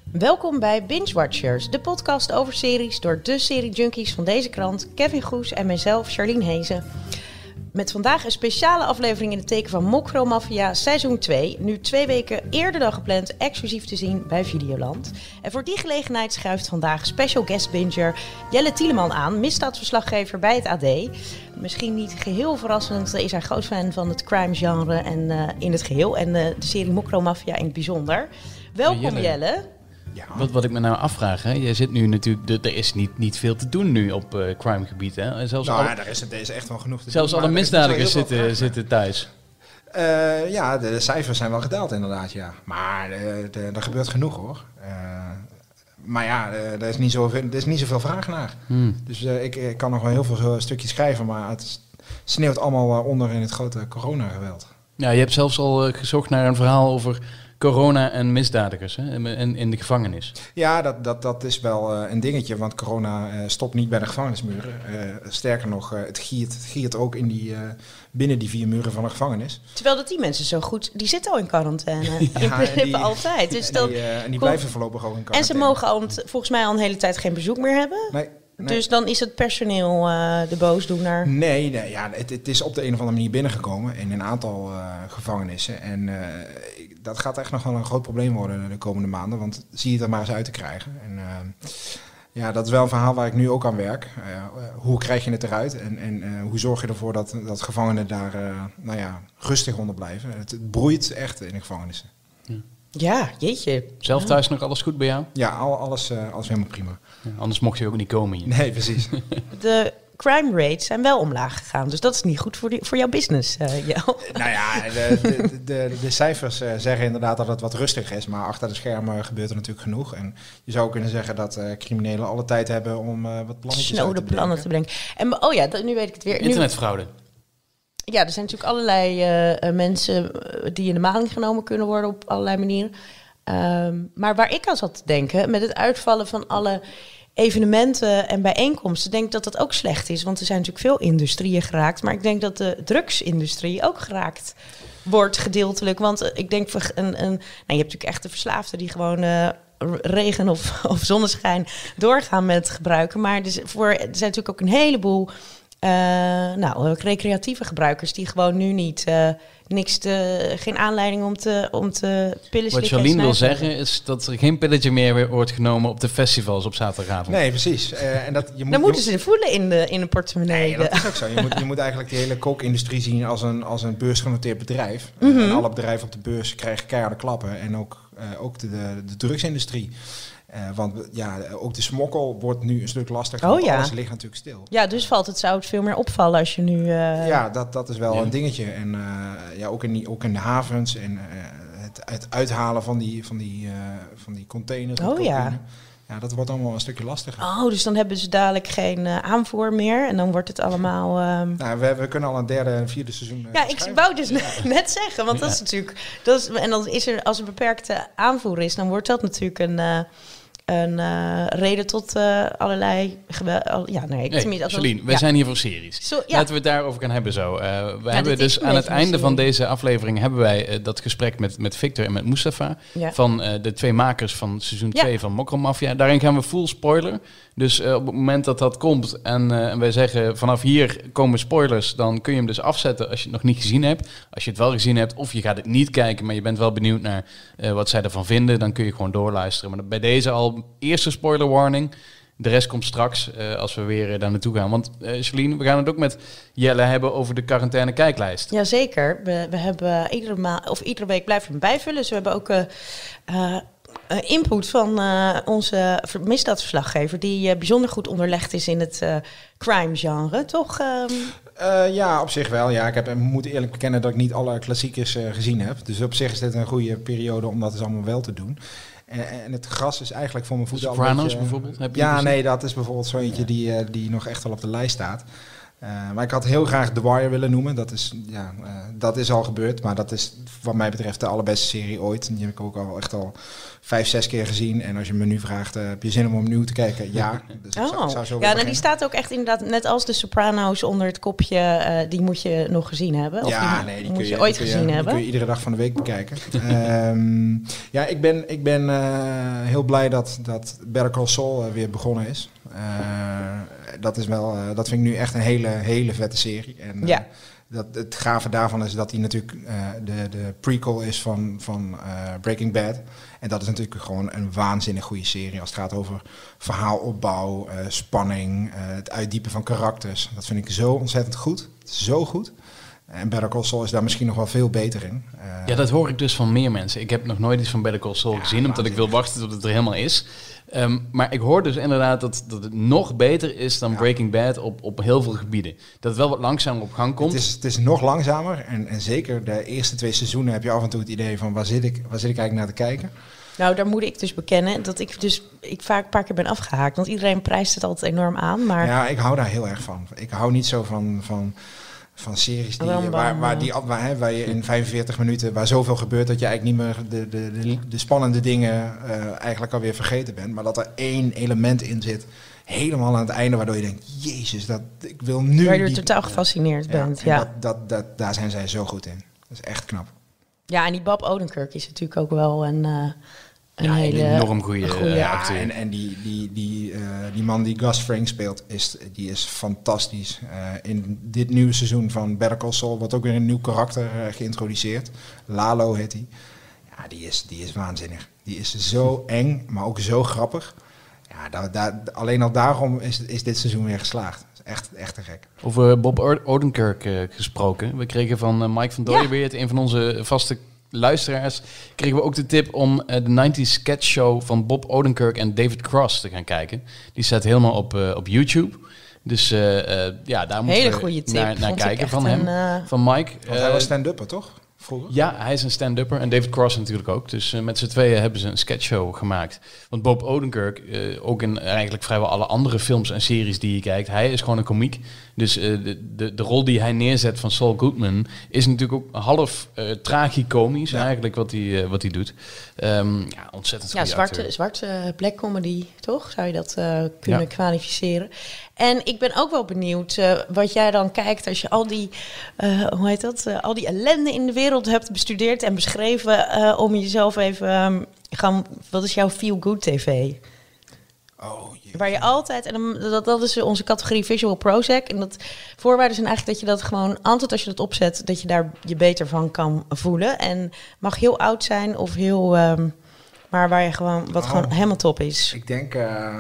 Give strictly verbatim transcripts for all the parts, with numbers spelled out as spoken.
Welkom bij Binge Watchers, de podcast over series door de serie-junkies van deze krant, Kevin Goes en mijzelf, Charlene Hezen. Met vandaag een speciale aflevering in het teken van Mokromafia seizoen twee. Nu twee weken eerder dan gepland, exclusief te zien bij Videoland. En voor die gelegenheid schuift vandaag special guest binger Jelle Tieleman aan, misdaadverslaggever bij het A D. Misschien niet geheel verrassend is hij groot fan van het crime genre en, uh, in het geheel en uh, de serie Mokromafia in het bijzonder. Welkom Jelle. Jelle. Ja. Wat, wat ik me nou afvraag, hè? Je zit nu natuurlijk, er is niet, niet veel te doen nu op uh, crimegebied, hè? Zelfs nou, alle, ja, er is, er is echt wel genoeg te zelfs doen. alle misdadigers zitten, zitten thuis. Uh, ja, de, de cijfers zijn wel gedaald inderdaad, ja. Maar uh, de, er gebeurt genoeg, hoor. Uh, maar ja, uh, er, is niet zo, er is niet zoveel vraag naar. Hmm. Dus uh, ik, ik kan nog wel heel veel stukjes schrijven, maar het sneeuwt allemaal uh, onder in het grote coronageweld. Ja, je hebt zelfs al uh, gezocht naar een verhaal over corona en misdadigers, hè? In, in de gevangenis. Ja, dat, dat, dat is wel uh, een dingetje, want corona uh, stopt niet bij de gevangenismuren. Uh, sterker nog, uh, het, giert, het giert ook in die, uh, binnen die vier muren van de gevangenis. Terwijl dat die mensen zo goed, die zitten al in quarantaine. Ja, in principe die, altijd. Dus en dat, die, uh, en die blijven voorlopig ook in quarantaine. En ze mogen al, volgens mij al een hele tijd geen bezoek meer hebben. Nee. Nee. Dus dan is het personeel uh, de boosdoener? Nee, nee ja, het, het is op de een of andere manier binnengekomen in een aantal uh, gevangenissen. En uh, dat gaat echt nog wel een groot probleem worden de komende maanden, want zie je er maar eens uit te krijgen. En uh, ja, dat is wel een verhaal waar ik nu ook aan werk. Uh, hoe krijg je het eruit en, en uh, hoe zorg je ervoor dat, dat gevangenen daar uh, nou ja, rustig onder blijven. Het, het broeit echt in de gevangenissen. Ja. Ja, jeetje. Zelf thuis nog alles goed bij jou? Ja, al, alles, uh, alles helemaal prima. Ja, anders mocht je ook niet komen hier. Nee, precies. De crime rates zijn wel omlaag gegaan, dus dat is niet goed voor, die, voor jouw business, uh, Jel. Nou ja, de, de, de, de cijfers uh, zeggen inderdaad dat het wat rustiger is, maar achter de schermen gebeurt er natuurlijk genoeg. En je zou kunnen zeggen dat uh, criminelen alle tijd hebben om uh, wat plannetjes uit te bedenken. plannen te bedenken. En oh ja, dat, nu weet ik het weer. Internetfraude. Ja, er zijn natuurlijk allerlei uh, mensen die in de maling genomen kunnen worden op allerlei manieren. Um, maar waar ik aan zat te denken, met het uitvallen van alle evenementen en bijeenkomsten, denk ik dat dat ook slecht is. Want er zijn natuurlijk veel industrieën geraakt. Maar ik denk dat de drugsindustrie ook geraakt wordt gedeeltelijk. Want uh, ik denk, een, een, nou, je hebt natuurlijk echt de verslaafden die gewoon Uh, regen of, of zonneschijn doorgaan met gebruiken. Maar er, voor, er zijn natuurlijk ook een heleboel Uh, nou, recreatieve gebruikers die gewoon nu niet uh, niks te, geen aanleiding om te, om te pillen slikken. Wat Charlene wil zeggen is dat er geen pilletje meer wordt genomen op de festivals op zaterdagavond. Nee, precies. Uh, en dat, je moet, Dan moeten ze voelen in de, in de portemonnee. Nee, dat is ook zo. Je moet, je moet eigenlijk de hele kookindustrie zien als een, als een beursgenoteerd bedrijf. Mm-hmm. Uh, en alle bedrijven op de beurs krijgen keiharde klappen. En ook, uh, ook de, de, de drugsindustrie. Uh, want ja, ook de smokkel wordt nu een stuk lastiger, oh, want ja. alles ligt natuurlijk stil. Ja, dus valt het, zou het veel meer opvallen als je nu Uh... Ja, dat, dat is wel ja. een dingetje. En uh, ja, ook, in die, ook in de havens en uh, het, het uithalen van die, van die, uh, van die containers. Oh ja. Ja, dat wordt allemaal een stukje lastiger. Oh, dus dan hebben ze dadelijk geen uh, aanvoer meer en dan wordt het allemaal Um... Nou, we, we kunnen al een derde en vierde seizoen uh, Ja, ik wou dus ja. net zeggen, want ja. dat is natuurlijk dat is, en dan is er, als er beperkte aanvoer is, dan wordt dat natuurlijk een Uh, een uh, reden tot uh, allerlei geweld. Ja, nee, ik nee, Charlene, wij ja. zijn hier voor series. Zo, ja. Laten we het daarover gaan hebben zo. Uh, we ja, hebben dus aan het einde van deze aflevering hebben wij uh, dat gesprek met, met Victor en met Mustafa ja. van uh, de twee makers van seizoen twee ja. van Mokromafia. Daarin gaan we full spoiler. Dus uh, op het moment dat dat komt en, uh, en wij zeggen vanaf hier komen spoilers, dan kun je hem dus afzetten als je het nog niet gezien hebt. Als je het wel gezien hebt of je gaat het niet kijken, maar je bent wel benieuwd naar uh, wat zij ervan vinden, dan kun je gewoon doorluisteren. Maar bij deze al eerste spoiler warning. De rest komt straks uh, als we weer uh, daar naartoe gaan. Want uh, Charlene, we gaan het ook met Jelle hebben over de quarantaine kijklijst. Jazeker. We, we hebben iedere maand of iedere week blijven we hem bijvullen. Dus we hebben ook uh, uh, uh, input van uh, onze misdaadverslaggever die uh, bijzonder goed onderlegd is in het uh, crime genre, toch? Um... Uh, ja, op zich wel. Ja, ik heb, moet eerlijk bekennen dat ik niet alle klassiekers uh, gezien heb. Dus op zich is dit een goede periode om dat dus allemaal wel te doen. En, en het gras is eigenlijk voor mijn voeten al Sopranos een beetje, bijvoorbeeld? Heb je ja, gezien? Nee, dat is bijvoorbeeld zo eentje die, uh, die nog echt wel op de lijst staat. Uh, maar ik had heel graag The Wire willen noemen. Dat is, ja, uh, dat is al gebeurd. Maar dat is wat mij betreft de allerbeste serie ooit. Die heb ik ook al echt al vijf, zes keer gezien. En als je me nu vraagt, uh, heb je zin om opnieuw te kijken? Ja. Dus oh. ik zou, ik zou zo ja, nou, die staat ook echt inderdaad, net als de Sopranos, onder het kopje. Uh, die moet je nog gezien hebben. Of ja, die nee, die moet kun je, je ooit die gezien kun je, hebben. Die kun je iedere dag van de week bekijken. um, ja, ik ben, ik ben uh, heel blij dat, dat Better Call Saul uh, weer begonnen is. Uh, dat is wel, uh, dat vind ik nu echt een hele, hele vette serie. En, uh, ja. dat, het gave daarvan is dat hij natuurlijk uh, de, de prequel is van, van uh, Breaking Bad. En dat is natuurlijk gewoon een waanzinnig goede serie als het gaat over verhaalopbouw, uh, spanning, uh, het uitdiepen van karakters. Dat vind ik zo ontzettend goed. Zo goed. En Better Call Saul is daar misschien nog wel veel beter in. Uh, ja, dat hoor ik dus van meer mensen. Ik heb nog nooit iets van Better Call Saul ja, gezien, omdat ik wil wachten tot het er helemaal is. Um, maar ik hoor dus inderdaad dat, dat het nog beter is dan ja. Breaking Bad op, op heel veel gebieden. Dat het wel wat langzamer op gang komt. Het is, het is nog langzamer. En, en zeker de eerste twee seizoenen heb je af en toe het idee van waar zit ik, waar zit ik eigenlijk naar te kijken. Nou, daar moet ik dus bekennen dat ik dus ik vaak een paar keer ben afgehaakt. Want iedereen prijst het altijd enorm aan. Maar ja, ik hou daar heel erg van. Ik hou niet zo van... van Van series die, Rambam, waar, waar, die, waar, hè, waar je in vijfenveertig minuten, waar zoveel gebeurt dat je eigenlijk niet meer de, de, de, de spannende dingen uh, eigenlijk alweer vergeten bent. Maar dat er één element in zit, helemaal aan het einde, waardoor je denkt, jezus, dat, ik wil nu... Waar je die, totaal gefascineerd ja, bent. Ja, dat, dat, dat, daar zijn zij zo goed in. Dat is echt knap. Ja, en die Bob Odenkirk is natuurlijk ook wel een... Uh, Een ja, hele een enorm goede acteur. Ja, en, en die, die, die, uh, die man die Gus Fring speelt, is, die is fantastisch. Uh, in dit nieuwe seizoen van Better Call Saul wordt ook weer een nieuw karakter uh, geïntroduceerd. Lalo heet hij. Ja, die is, die is waanzinnig. Die is zo eng, maar ook zo grappig. Ja, da, da, alleen al daarom is, is dit seizoen weer geslaagd. Dat is echt, echt te gek. Over Bob Odenkirk uh, gesproken. We kregen van uh, Mike van Dooyeweert, ja. een van onze vaste luisteraars, kregen we ook de tip om uh, de nineties sketch show van Bob Odenkirk en David Cross te gaan kijken. Die staat helemaal op, uh, op YouTube. Dus uh, uh, ja, daar moeten Hele we goede tip. naar, naar kijken van hem, een, uh... van Mike. Want uh, hij was stand-upper, toch? Vroeger? Ja, hij is een stand-upper en David Cross natuurlijk ook. Dus uh, met z'n tweeën hebben ze een sketchshow gemaakt. Want Bob Odenkirk, uh, ook in eigenlijk vrijwel alle andere films en series die je kijkt, hij is gewoon een komiek. Dus uh, de, de, de rol die hij neerzet van Saul Goodman is natuurlijk ook half uh, tragicomisch ja. eigenlijk wat hij, uh, wat hij doet. Um, ja, ontzettend ja, goede zwarte, acteur. zwarte black comedy, toch? Zou je dat uh, kunnen ja. kwalificeren? En ik ben ook wel benieuwd uh, wat jij dan kijkt als je al die, uh, hoe heet dat, uh, al die ellende in de wereld hebt bestudeerd en beschreven uh, om jezelf even, um, gaan, wat is jouw feel-good tv? Oh, waar je altijd, en dan, dat, dat is onze categorie Visual Prozac. En dat voorwaarden zijn eigenlijk dat je dat gewoon, altijd als je dat opzet, dat je daar je beter van kan voelen. En mag heel oud zijn of heel, um, maar waar je gewoon, wat oh, gewoon helemaal top is. Ik denk, uh,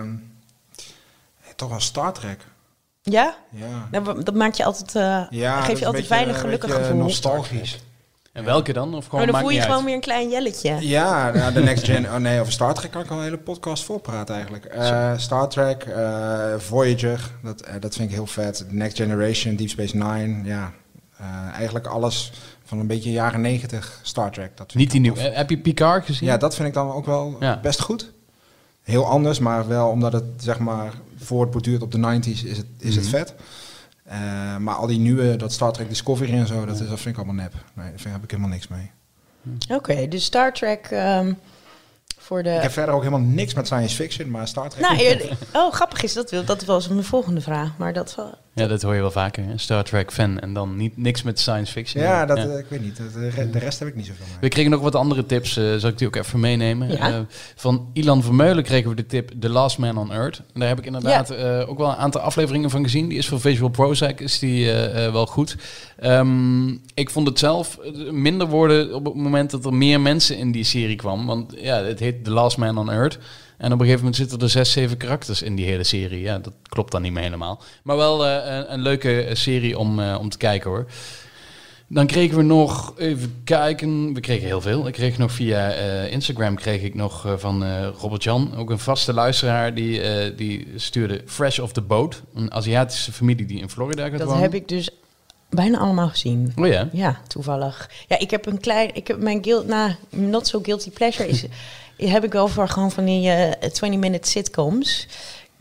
toch wel Star Trek. Ja? Ja. Dat, dat maakt je altijd, uh, ja, geef je altijd veilig, gelukkig gevoel. Nostalgisch. En welke dan? Of gewoon maar dan voel je gewoon uit. Weer een klein jelletje. Ja, nou, de Next Gen. Oh nee, over Star Trek kan ik al een hele podcast voorpraten eigenlijk. Uh, Star Trek, uh, Voyager, dat, uh, dat vind ik heel vet. Next Generation, Deep Space Nine, ja. Uh, eigenlijk alles van een beetje jaren negentig Star Trek. Dat Niet die nieuwe. Heb je Picard gezien? Ja, dat vind ik dan ook wel ja. best goed. Heel anders, maar wel omdat het zeg maar voortborduurt op de nineties is het, is mm-hmm. het vet. Uh, maar al die nieuwe, dat Star Trek Discovery en zo, dat, is, dat vind ik allemaal nep. Nee, daar heb ik helemaal niks mee. Oké, okay, dus Star Trek um, voor de... Ik heb verder ook helemaal niks met science fiction, maar Star Trek... Nou, je, oh, grappig is, dat, dat was mijn volgende vraag, maar dat... Dat ja, dat hoor je wel vaker, een Star Trek fan en dan niet, niks met science fiction. Ja, dat, ja. Uh, ik weet niet, de, de rest heb ik niet zoveel mee. We kregen nog wat andere tips, uh, zal ik die ook even meenemen. Ja. Uh, van Ilan Vermeulen kregen we de tip The Last Man on Earth. En daar heb ik inderdaad ja. uh, ook wel een aantal afleveringen van gezien. Die is voor Visual Prozac, is die uh, uh, wel goed. Um, ik vond het zelf minder worden op het moment dat er meer mensen in die serie kwam. Want ja, het heet The Last Man on Earth. En op een gegeven moment zitten er zes, zeven karakters in die hele serie. Ja, dat klopt dan niet meer helemaal. Maar wel uh, een, een leuke serie om, uh, om te kijken hoor. Dan kregen we nog, even kijken, we kregen heel veel. Ik kreeg nog via uh, Instagram kreeg ik nog uh, van uh, Robert-Jan, ook een vaste luisteraar, die, uh, die stuurde Fresh Off the Boat. Een Aziatische familie die in Florida gaat Dat wonen. heb ik dus bijna allemaal gezien. Oh ja? Ja, toevallig. Ja, ik heb een klein, ik heb mijn guilt, nou, not so guilty pleasure is... heb ik wel voor gewoon van die uh, twinty minute sitcoms.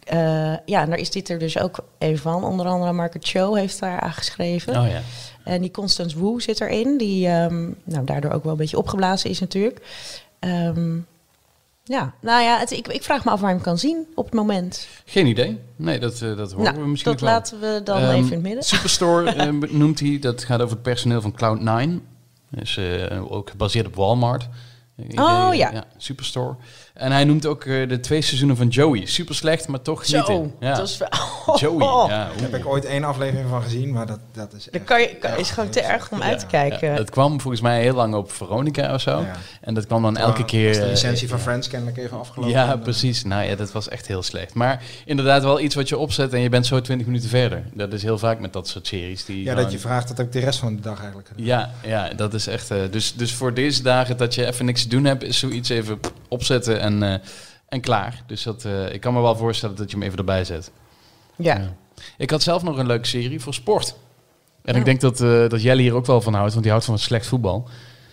uh, ja, en daar is dit er dus ook een van. Onder andere Margaret Cho heeft daar aan geschreven. Oh ja. En die Constance Wu zit erin, die um, nou, daardoor ook wel een beetje opgeblazen is natuurlijk. Um, ja, nou ja, het, ik, ik vraag me af waar je hem kan zien op het moment. Geen idee. Nee, dat, uh, dat horen nou, we misschien dat wel. laten we dan um, even in het midden. Superstore uh, noemt hij. Dat gaat over het personeel van Cloud nine. Dus uh, ook gebaseerd op Walmart. Idee, oh ja. ja. Superstore. En hij noemt ook uh, de twee seizoenen van Joey. Super slecht, maar toch Zo, niet. Ja. Dat is wel... oh. Joey, ja. Daar heb ik ooit één aflevering van gezien, maar dat, dat is dat kan je, kan, is gewoon te erg om ja. uit te kijken. Ja. Dat kwam volgens mij heel lang op Veronica of zo. Ja. En dat kwam dan ja, elke keer... de licentie uh, van Friends kennelijk even afgelopen. Ja, en, precies. Nou ja, dat was echt heel slecht. Maar inderdaad wel iets wat je opzet en je bent zo twintig minuten verder. Dat is heel vaak met dat soort series. Die ja, dat je vraagt dat ook de rest van de dag eigenlijk. Ja, ja, dat is echt... Uh, dus, dus voor deze dagen dat je even niks te doen hebt, is zoiets even opzetten en... Uh, En klaar. Dus dat, uh, ik kan me wel voorstellen dat je hem even erbij zet. Ja. ja. Ik had zelf nog een leuke serie voor sport. En oh. ik denk dat, uh, dat Jelly hier ook wel van houdt, want die houdt van slecht voetbal.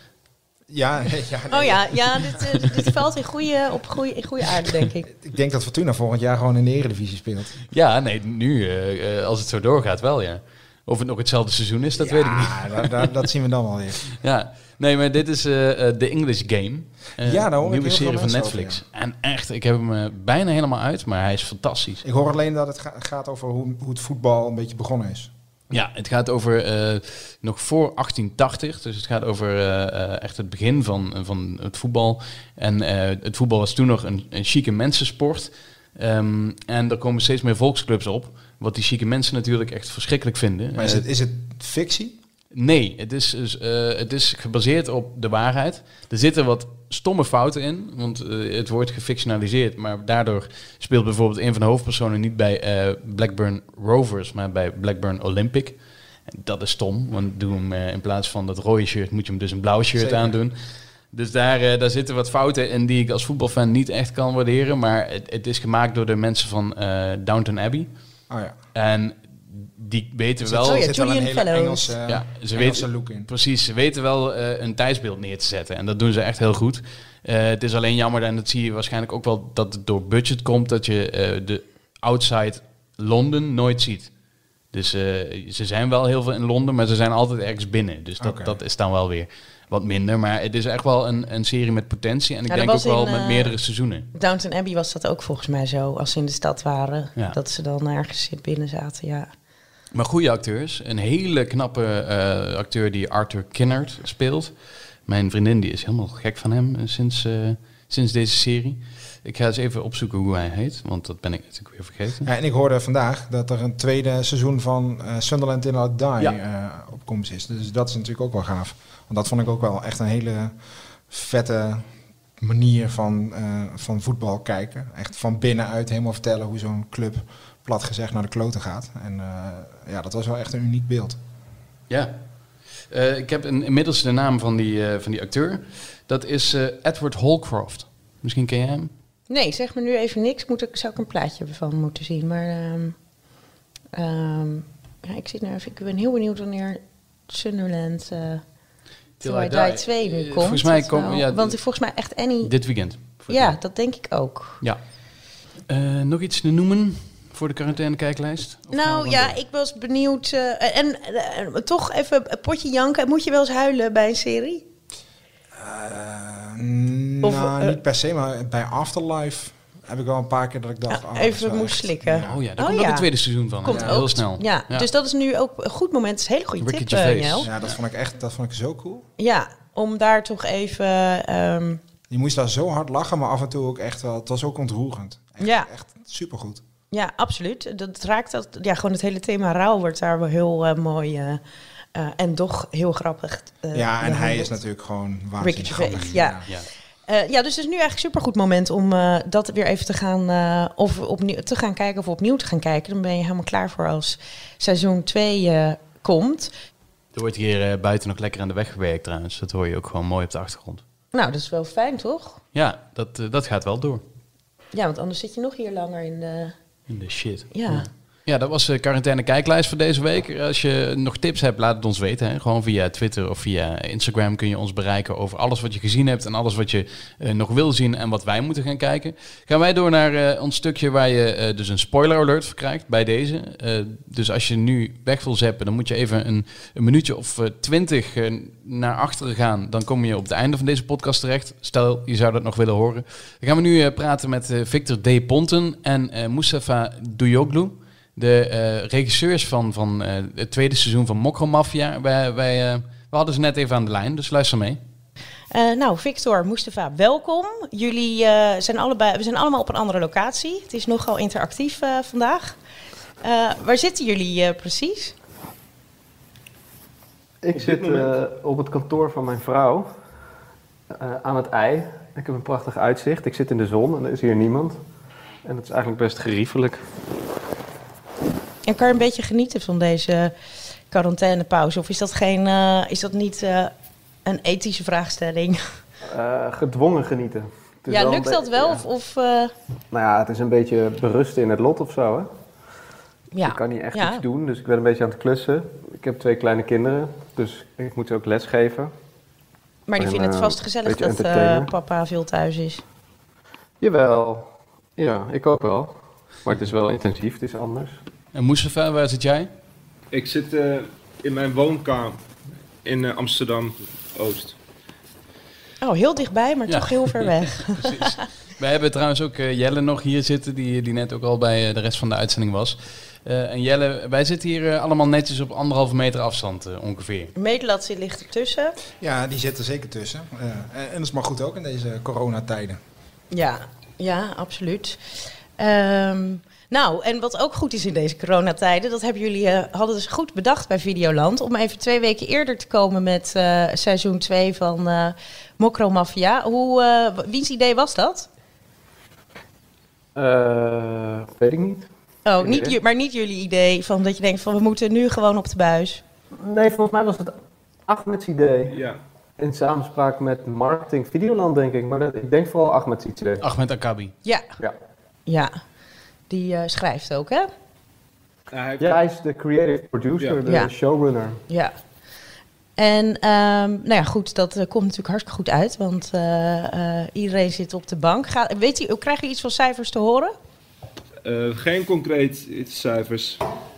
Ja, ja nee. Oh ja, ja dit, uh, dit valt in goede, op goede, in goede aarde, denk ik. Ik denk dat Fortuna volgend jaar gewoon in de Eredivisie speelt. Ja, nee, nu, uh, uh, als het zo doorgaat wel, ja. Of het nog hetzelfde seizoen is, dat ja, weet ik niet. Ja, dat, dat zien we dan wel weer. Ja, nee, maar dit is uh, uh, The English Game. Uh, ja, nou, een nieuwe serie van Netflix. Over, ja. En echt, ik heb hem uh, bijna helemaal uit, maar hij is fantastisch. Ik hoor alleen dat het ga- gaat over hoe, hoe het voetbal een beetje begonnen is. Ja, het gaat over uh, nog voor achttien tachtig. Dus het gaat over uh, uh, echt het begin van, van het voetbal. En uh, het voetbal was toen nog een, een chique mensensport. Um, en er komen steeds meer volksclubs op. Wat die chique mensen natuurlijk echt verschrikkelijk vinden. Maar is het, is het fictie? Nee, het is, uh, het is gebaseerd op de waarheid. Er zitten wat stomme fouten in, want uh, het wordt gefictionaliseerd. Maar daardoor speelt bijvoorbeeld een van de hoofdpersonen niet bij uh, Blackburn Rovers, maar bij Blackburn Olympic. En dat is stom, want doe hem, uh, in plaats van dat rode shirt moet je hem dus een blauw shirt Zeker. aandoen. Dus daar, uh, daar zitten wat fouten in die ik als voetbalfan niet echt kan waarderen. Maar het, het is gemaakt door de mensen van uh, Downton Abbey. Oh ja. En die weten wel... Oh ja, zit wel een hele Engelse, uh, ja, ze Engelse weten, look in. Precies, ze weten wel uh, een tijdsbeeld neer te zetten. En dat doen ze echt heel goed. Uh, het is alleen jammer, en dat zie je waarschijnlijk ook wel, dat het door budget komt, dat je uh, de outside Londen nooit ziet. Dus uh, ze zijn wel heel veel in Londen, maar ze zijn altijd ergens binnen. Dus dat, okay. dat is dan wel weer wat minder. Maar het is echt wel een, een serie met potentie. En ik ja, denk ook wel in, met uh, meerdere seizoenen. Downton Abbey was dat ook volgens mij zo, als ze in de stad waren. Ja. Dat ze dan ergens binnen zaten, ja. Maar goede acteurs. Een hele knappe uh, acteur die Arthur Kinnard speelt. Mijn vriendin die is helemaal gek van hem sinds, uh, sinds deze serie. Ik ga eens even opzoeken hoe hij heet, want dat ben ik natuurlijk weer vergeten. Ja, en ik hoorde vandaag dat er een tweede seizoen van uh, Sunderland Till I Die ja. uh, op komst is. Dus dat is natuurlijk ook wel gaaf. Want dat vond ik ook wel echt een hele vette manier van, uh, van voetbal kijken. Echt van binnenuit helemaal vertellen hoe zo'n club plat gezegd naar de kloten gaat. En uh, ja, dat was wel echt een uniek beeld. Ja, uh, ik heb een, inmiddels de naam van die, uh, van die acteur. Dat is uh, Edward Holcroft. Misschien ken je hem? Nee, zeg me nu even niks. Moet ik, zou ik een plaatje van moeten zien. Maar um, um, ja, ik, zit nu even, ik ben heel benieuwd wanneer Sunderland uh, Till I Die twee nu uh, komt. Volgens mij komt... Ja, want volgens mij echt Annie... Dit weekend. Ja, mij. Dat denk ik ook. Ja. Uh, nog iets te noemen voor de quarantaine-kijklijst? Of nou ja, door? Ik was benieuwd. Uh, en uh, toch even een potje janken. Moet je wel eens huilen bij een serie? Uh, of, nou, uh, niet per se, maar bij Afterlife heb ik wel een paar keer dat ik dacht... Ja, oh, even moest slikken. Ja. Oh ja, daar oh, komt ja. ook een tweede seizoen van. Komt ja, ook, heel snel. Ja, ja, dus dat is nu ook een goed moment. Het is een hele goede Ricky tip, uh, Nel. Ja, dat vond ik echt dat vond ik zo cool. Ja, om daar toch even... Um, je moest daar zo hard lachen, maar af en toe ook echt wel... Het was ook ontroerend. Echt, ja. Echt supergoed. Ja, absoluut. Dat raakt dat... Ja, gewoon het hele thema rouw wordt daar wel heel uh, mooi... Uh, Uh, en toch heel grappig. Uh, ja, en hij is natuurlijk gewoon waanzinnig grappig. Ja. Ja. Uh, ja, dus het is nu eigenlijk een supergoed moment om uh, dat weer even te gaan, uh, of opnieuw, te gaan kijken of opnieuw te gaan kijken. Dan ben je helemaal klaar voor als seizoen twee uh, komt. Er wordt hier uh, buiten nog lekker aan de weg gewerkt trouwens. Dat hoor je ook gewoon mooi op de achtergrond. Nou, dat is wel fijn, toch? Ja, dat, uh, dat gaat wel door. Ja, want anders zit je nog hier langer in de... In de shit. Ja. ja. Ja, dat was de quarantaine kijklijst voor deze week. Als je nog tips hebt, laat het ons weten. Hè. Gewoon via Twitter of via Instagram kun je ons bereiken over alles wat je gezien hebt en alles wat je uh, nog wil zien en wat wij moeten gaan kijken. Gaan wij door naar uh, ons stukje waar je uh, dus een spoiler alert voor krijgt bij deze. Uh, dus als je nu weg wil zappen, dan moet je even een, een minuutje of uh, twintig uh, naar achteren gaan. Dan kom je op het einde van deze podcast terecht. Stel, je zou dat nog willen horen. Dan gaan we nu uh, praten met uh, Victor D. Ponten en uh, Mustafa Duyoglu. De uh, regisseurs van, van uh, het tweede seizoen van Mokromafia. Wij, wij, uh, we hadden ze net even aan de lijn, dus luister mee. Uh, nou, Victor, Mustafa, welkom. Jullie uh, zijn allebei, we zijn allemaal op een andere locatie. Het is nogal interactief uh, vandaag. Uh, waar zitten jullie uh, precies? Ik zit uh, op het kantoor van mijn vrouw uh, aan het ei. Ik heb een prachtig uitzicht. Ik zit in de zon en er is hier niemand. En dat is eigenlijk best geriefelijk. En kan je een beetje genieten van deze quarantainepauze? Of is dat, geen, uh, is dat niet uh, een ethische vraagstelling? Uh, gedwongen genieten. Ja, lukt dat wel? Ja. Of, of, uh... Nou ja, het is een beetje berusten in het lot of zo, hè? Ja. Ik kan niet echt ja. iets doen, dus ik ben een beetje aan het klussen. Ik heb twee kleine kinderen, dus ik moet ze ook les geven. Maar die en, vinden het vast gezellig dat uh, papa veel thuis is? Jawel. Ja, ik ook wel. Maar het is wel intensief, het is anders. En Mustafa, waar zit jij? Ik zit uh, in mijn woonkamer in uh, Amsterdam-Oost. Oh, heel dichtbij, maar ja. toch heel ver weg. Precies. Wij hebben trouwens ook uh, Jelle nog hier zitten, die, die net ook al bij uh, de rest van de uitzending was. Uh, en Jelle, wij zitten hier uh, allemaal netjes op anderhalve meter afstand uh, ongeveer. Meetlat ligt ertussen. Ja, die zit er zeker tussen. Uh, en dat is maar goed ook in deze coronatijden. Ja, ja, absoluut. Um, nou, en wat ook goed is in deze coronatijden, dat hebben jullie uh, hadden dus goed bedacht bij Videoland, om even twee weken eerder te komen met uh, seizoen twee van uh, Mokromafia. Hoe, uh, wiens idee was dat? Uh, weet ik niet. Oh, niet, maar niet jullie idee van dat je denkt van we moeten nu gewoon op de buis? Nee, volgens mij was het Ahmed's idee. Ja. In samenspraak met marketing Videoland, denk ik. Maar dat, ik denk vooral Ahmed's idee. Ahmed Akabi. Ja. Ja. Ja. Die uh, schrijft ook, hè? Uh, ja, hij is de creative producer, ja. de ja. showrunner. Ja. En um, nou ja, goed, dat uh, komt natuurlijk hartstikke goed uit, want uh, uh, iedereen zit op de bank. Ga, weet je, krijg je iets van cijfers te horen? Uh, geen concreet cijfers,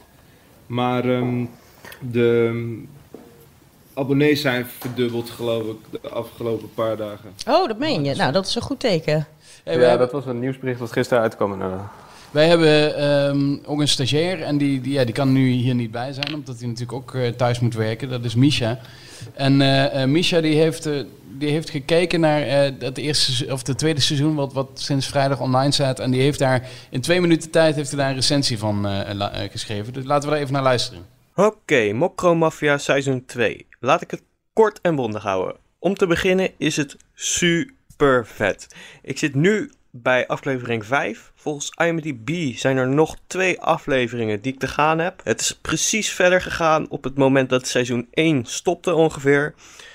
maar um, de um, abonnees zijn verdubbeld, geloof ik, de afgelopen paar dagen. Oh, dat meen je? Nou, dat is een goed teken. Hey, ja, dat was een nieuwsbericht dat gisteren uitkwam. Uh. Wij hebben um, ook een stagiair en die, die, ja, die kan nu hier niet bij zijn, omdat hij natuurlijk ook uh, thuis moet werken. Dat is Misha. En uh, uh, Misha die heeft, uh, die heeft gekeken naar uh, het eerste of het tweede seizoen, wat, wat sinds vrijdag online staat. En die heeft daar in twee minuten tijd heeft hij daar een recensie van uh, la, uh, geschreven. Dus laten we daar even naar luisteren. Oké, okay, Mokromafia seizoen twee. Laat ik het kort en bondig houden. Om te beginnen is het super vet. Ik zit nu bij aflevering vijf. Volgens I M D B zijn er nog twee afleveringen die ik te gaan heb. Het is precies verder gegaan op het moment dat seizoen één stopte ongeveer.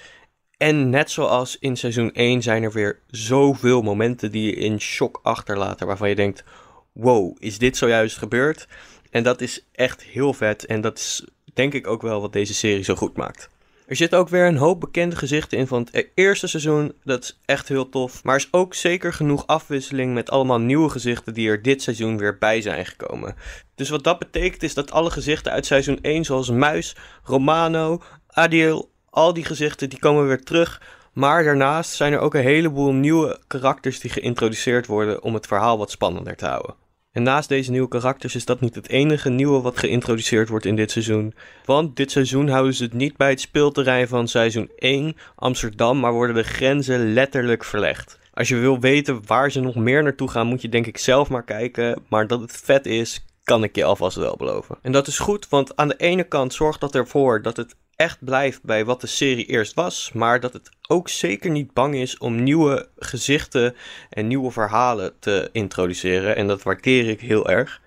En net zoals in seizoen één zijn er weer zoveel momenten die je in shock achterlaten. Waarvan je denkt, wow, is dit zojuist gebeurd? En dat is echt heel vet. En dat is denk ik ook wel wat deze serie zo goed maakt. Er zitten ook weer een hoop bekende gezichten in van het eerste seizoen. Dat is echt heel tof. Maar er is ook zeker genoeg afwisseling met allemaal nieuwe gezichten die er dit seizoen weer bij zijn gekomen. Dus wat dat betekent is dat alle gezichten uit seizoen één, zoals Muis, Romano, Adiel, al die gezichten die komen weer terug. Maar daarnaast zijn er ook een heleboel nieuwe karakters die geïntroduceerd worden om het verhaal wat spannender te houden. En naast deze nieuwe karakters is dat niet het enige nieuwe wat geïntroduceerd wordt in dit seizoen. Want dit seizoen houden ze het niet bij het speelterrein van seizoen één, Amsterdam, maar worden de grenzen letterlijk verlegd. Als je wil weten waar ze nog meer naartoe gaan, moet je denk ik zelf maar kijken. Maar dat het vet is, kan ik je alvast wel beloven. En dat is goed, want aan de ene kant zorgt dat ervoor dat het echt blijft bij wat de serie eerst was, maar dat het ook zeker niet bang is om nieuwe gezichten en nieuwe verhalen te introduceren. En dat waardeer ik heel erg.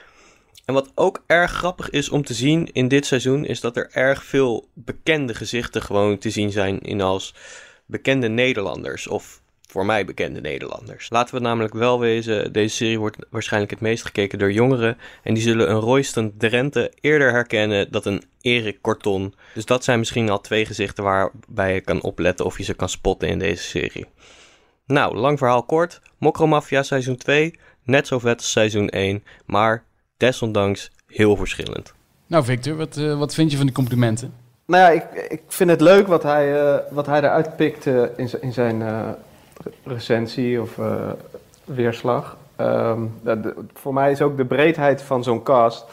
En wat ook erg grappig is om te zien in dit seizoen, is dat er erg veel bekende gezichten gewoon te zien zijn in als bekende Nederlanders of voor mij bekende Nederlanders. Laten we namelijk wel wezen, deze serie wordt waarschijnlijk het meest gekeken door jongeren. En die zullen een Royston Drenthe eerder herkennen dan een Erik Corton. Dus dat zijn misschien al twee gezichten waarbij je kan opletten of je ze kan spotten in deze serie. Nou, lang verhaal kort. Mokromafia seizoen twee, net zo vet als seizoen één, maar desondanks heel verschillend. Nou Victor, wat, uh, wat vind je van die complimenten? Nou ja, ik, ik vind het leuk wat hij, uh, wat hij eruit pikt uh, in, z- in zijn uh, recensie of uh, weerslag. Um, de, de, voor mij is ook de breedheid van zo'n cast,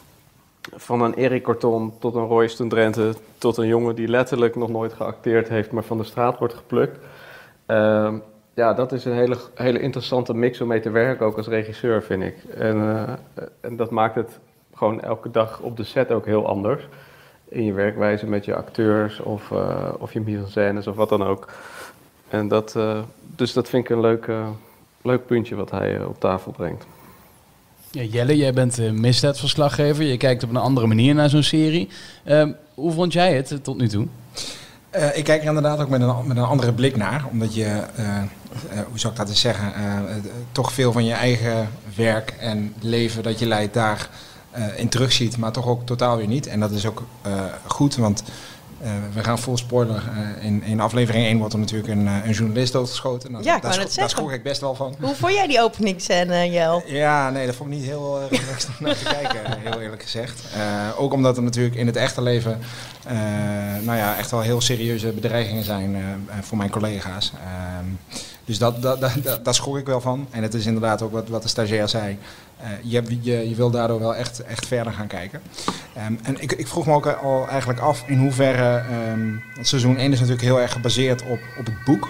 van een Erik Corton tot een Royston Drenthe, tot een jongen die letterlijk nog nooit geacteerd heeft, maar van de straat wordt geplukt. Um, ja, dat is een hele, hele interessante mix om mee te werken, ook als regisseur, vind ik. En, uh, en dat maakt het gewoon elke dag op de set ook heel anders. In je werkwijze met je acteurs of, uh, of je mise-en-scènes of wat dan ook. En dat, uh, dus dat vind ik een leuk, uh, leuk puntje wat hij uh, op tafel brengt. Ja, Jelle, jij bent uh, misdaadverslaggever. Je kijkt op een andere manier naar zo'n serie. Uh, hoe vond jij het uh, tot nu toe? Uh, ik kijk er inderdaad ook met een, met een andere blik naar. Omdat je, uh, uh, hoe zou ik dat eens zeggen, uh, uh, toch veel van je eigen werk en leven dat je leidt daar uh, in terugziet. Maar toch ook totaal weer niet. En dat is ook uh, goed, want uh, we gaan vol spoiler. Uh, in, in aflevering één wordt er natuurlijk een, uh, een journalist doodgeschoten. Nou, ja, ik daar, wou scho- daar schrok ik best wel van. Hoe vond jij die openingsscène, Jel? Ja, nee, dat vond ik niet heel uh, relaxed om naar te kijken, heel eerlijk gezegd. Uh, ook omdat er natuurlijk in het echte leven uh, nou ja, echt wel heel serieuze bedreigingen zijn uh, voor mijn collega's. Uh, dus dat, dat, dat, dat, daar schrok ik wel van. En het is inderdaad ook wat, wat de stagiair zei. Uh, je, je, je wil daardoor wel echt, echt verder gaan kijken. Um, en ik, ik vroeg me ook al eigenlijk af in hoeverre... Um, het seizoen één is natuurlijk heel erg gebaseerd op, op het boek.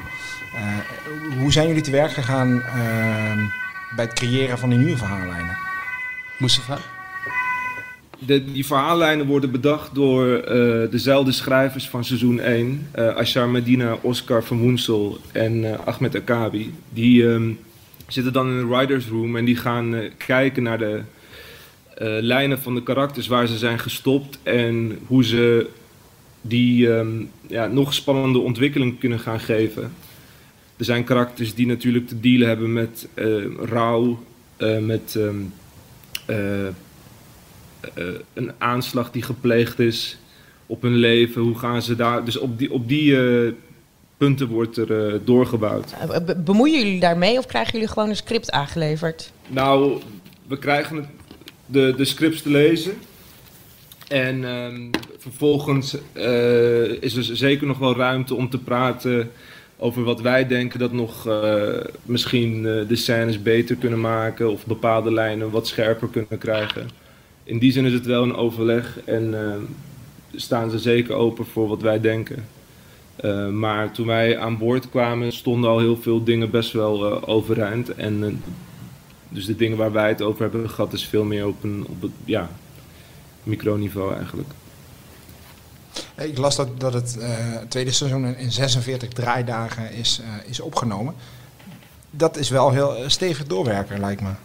Uh, hoe zijn jullie te werk gegaan uh, bij het creëren van die nieuwe verhaallijnen? Mustafa? De, die verhaallijnen worden bedacht door uh, dezelfde schrijvers van seizoen één. Uh, Ashar Medina, Oscar van Woensel en uh, Ahmed Akabi. Die um, zitten dan in een writers room en die gaan uh, kijken naar de uh, lijnen van de karakters waar ze zijn gestopt. En hoe ze die um, ja, nog spannende ontwikkeling kunnen gaan geven. Er zijn karakters die natuurlijk te dealen hebben met uh, rouw, uh, met... Um, uh, Uh, een aanslag die gepleegd is op hun leven. Hoe gaan ze daar... Dus op die, op die uh, punten wordt er uh, doorgebouwd. Be- bemoeien jullie daarmee of krijgen jullie gewoon een script aangeleverd? Nou, we krijgen de, de scripts te lezen. En um, vervolgens uh, is er zeker nog wel ruimte om te praten over wat wij denken dat nog uh, misschien uh, de scènes beter kunnen maken of bepaalde lijnen wat scherper kunnen krijgen. In die zin is het wel een overleg en uh, staan ze zeker open voor wat wij denken. Uh, maar toen wij aan boord kwamen stonden al heel veel dingen best wel uh, overeind. En uh, dus de dingen waar wij het over hebben gehad is veel meer op een op het, ja, microniveau eigenlijk. Ik las dat, dat het uh, tweede seizoen in zesenveertig draaidagen is, uh, is opgenomen. Dat is wel heel uh, stevig doorwerken, lijkt me.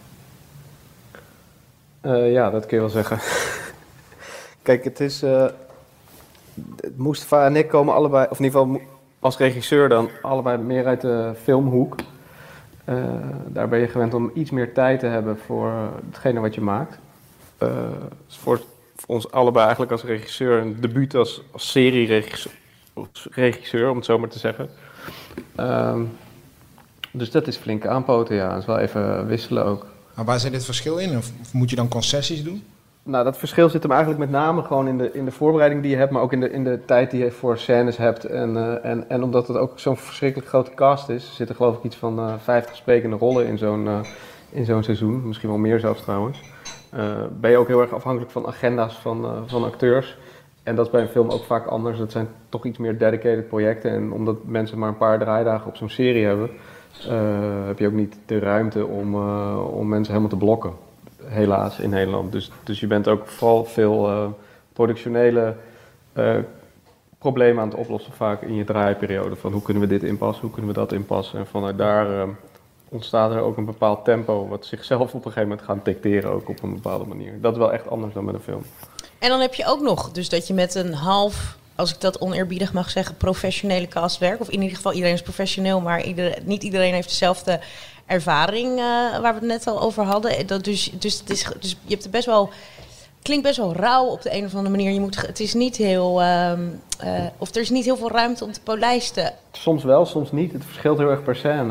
Uh, ja, dat kun je wel zeggen. Kijk, het is... Uh, Mustafa en ik komen allebei, of in ieder geval als regisseur dan, allebei meer uit de filmhoek. Uh, daar ben je gewend om iets meer tijd te hebben voor hetgene wat je maakt. Uh, voor, voor ons allebei eigenlijk als regisseur een debuut als, als serieregisseur, regisseur, om het zo maar te zeggen. Uh, dus dat is flink aanpoten, ja. Dat is wel even wisselen ook. Maar waar zit dit verschil in? Of moet je dan concessies doen? Nou, dat verschil zit hem eigenlijk met name gewoon in de, in de voorbereiding die je hebt, maar ook in de, in de tijd die je voor scènes hebt. En, uh, en, en omdat het ook zo'n verschrikkelijk grote cast is, zitten geloof ik iets van uh, vijftig sprekende rollen in zo'n, uh, in zo'n seizoen. Misschien wel meer zelfs trouwens. Uh, ben je ook heel erg afhankelijk van agenda's van, uh, van acteurs. En dat is bij een film ook vaak anders. Dat zijn toch iets meer dedicated projecten. En omdat mensen maar een paar draaidagen op zo'n serie hebben, uh, heb je ook niet de ruimte om, uh, om mensen helemaal te blokken. Helaas in Nederland. Dus, dus je bent ook vooral veel uh, productionele uh, problemen aan het oplossen vaak in je draaiperiode. Van hoe kunnen we dit inpassen, hoe kunnen we dat inpassen. En vanuit daar uh, ontstaat er ook een bepaald tempo wat zichzelf op een gegeven moment gaat dicteren ook op een bepaalde manier. Dat is wel echt anders dan met een film. En dan heb je ook nog dus dat je met een half als ik dat oneerbiedig mag zeggen, professionele castwerk. Of in ieder geval, iedereen is professioneel, maar ieder, niet iedereen heeft dezelfde ervaring uh, waar we het net al over hadden. Dat dus, dus, het is, dus je hebt het best wel... klinkt best wel rauw op de een of andere manier. Je moet, het is niet heel... Um, uh, of er is niet heel veel ruimte om te polijsten. Soms wel, soms niet. Het verschilt heel erg per scène.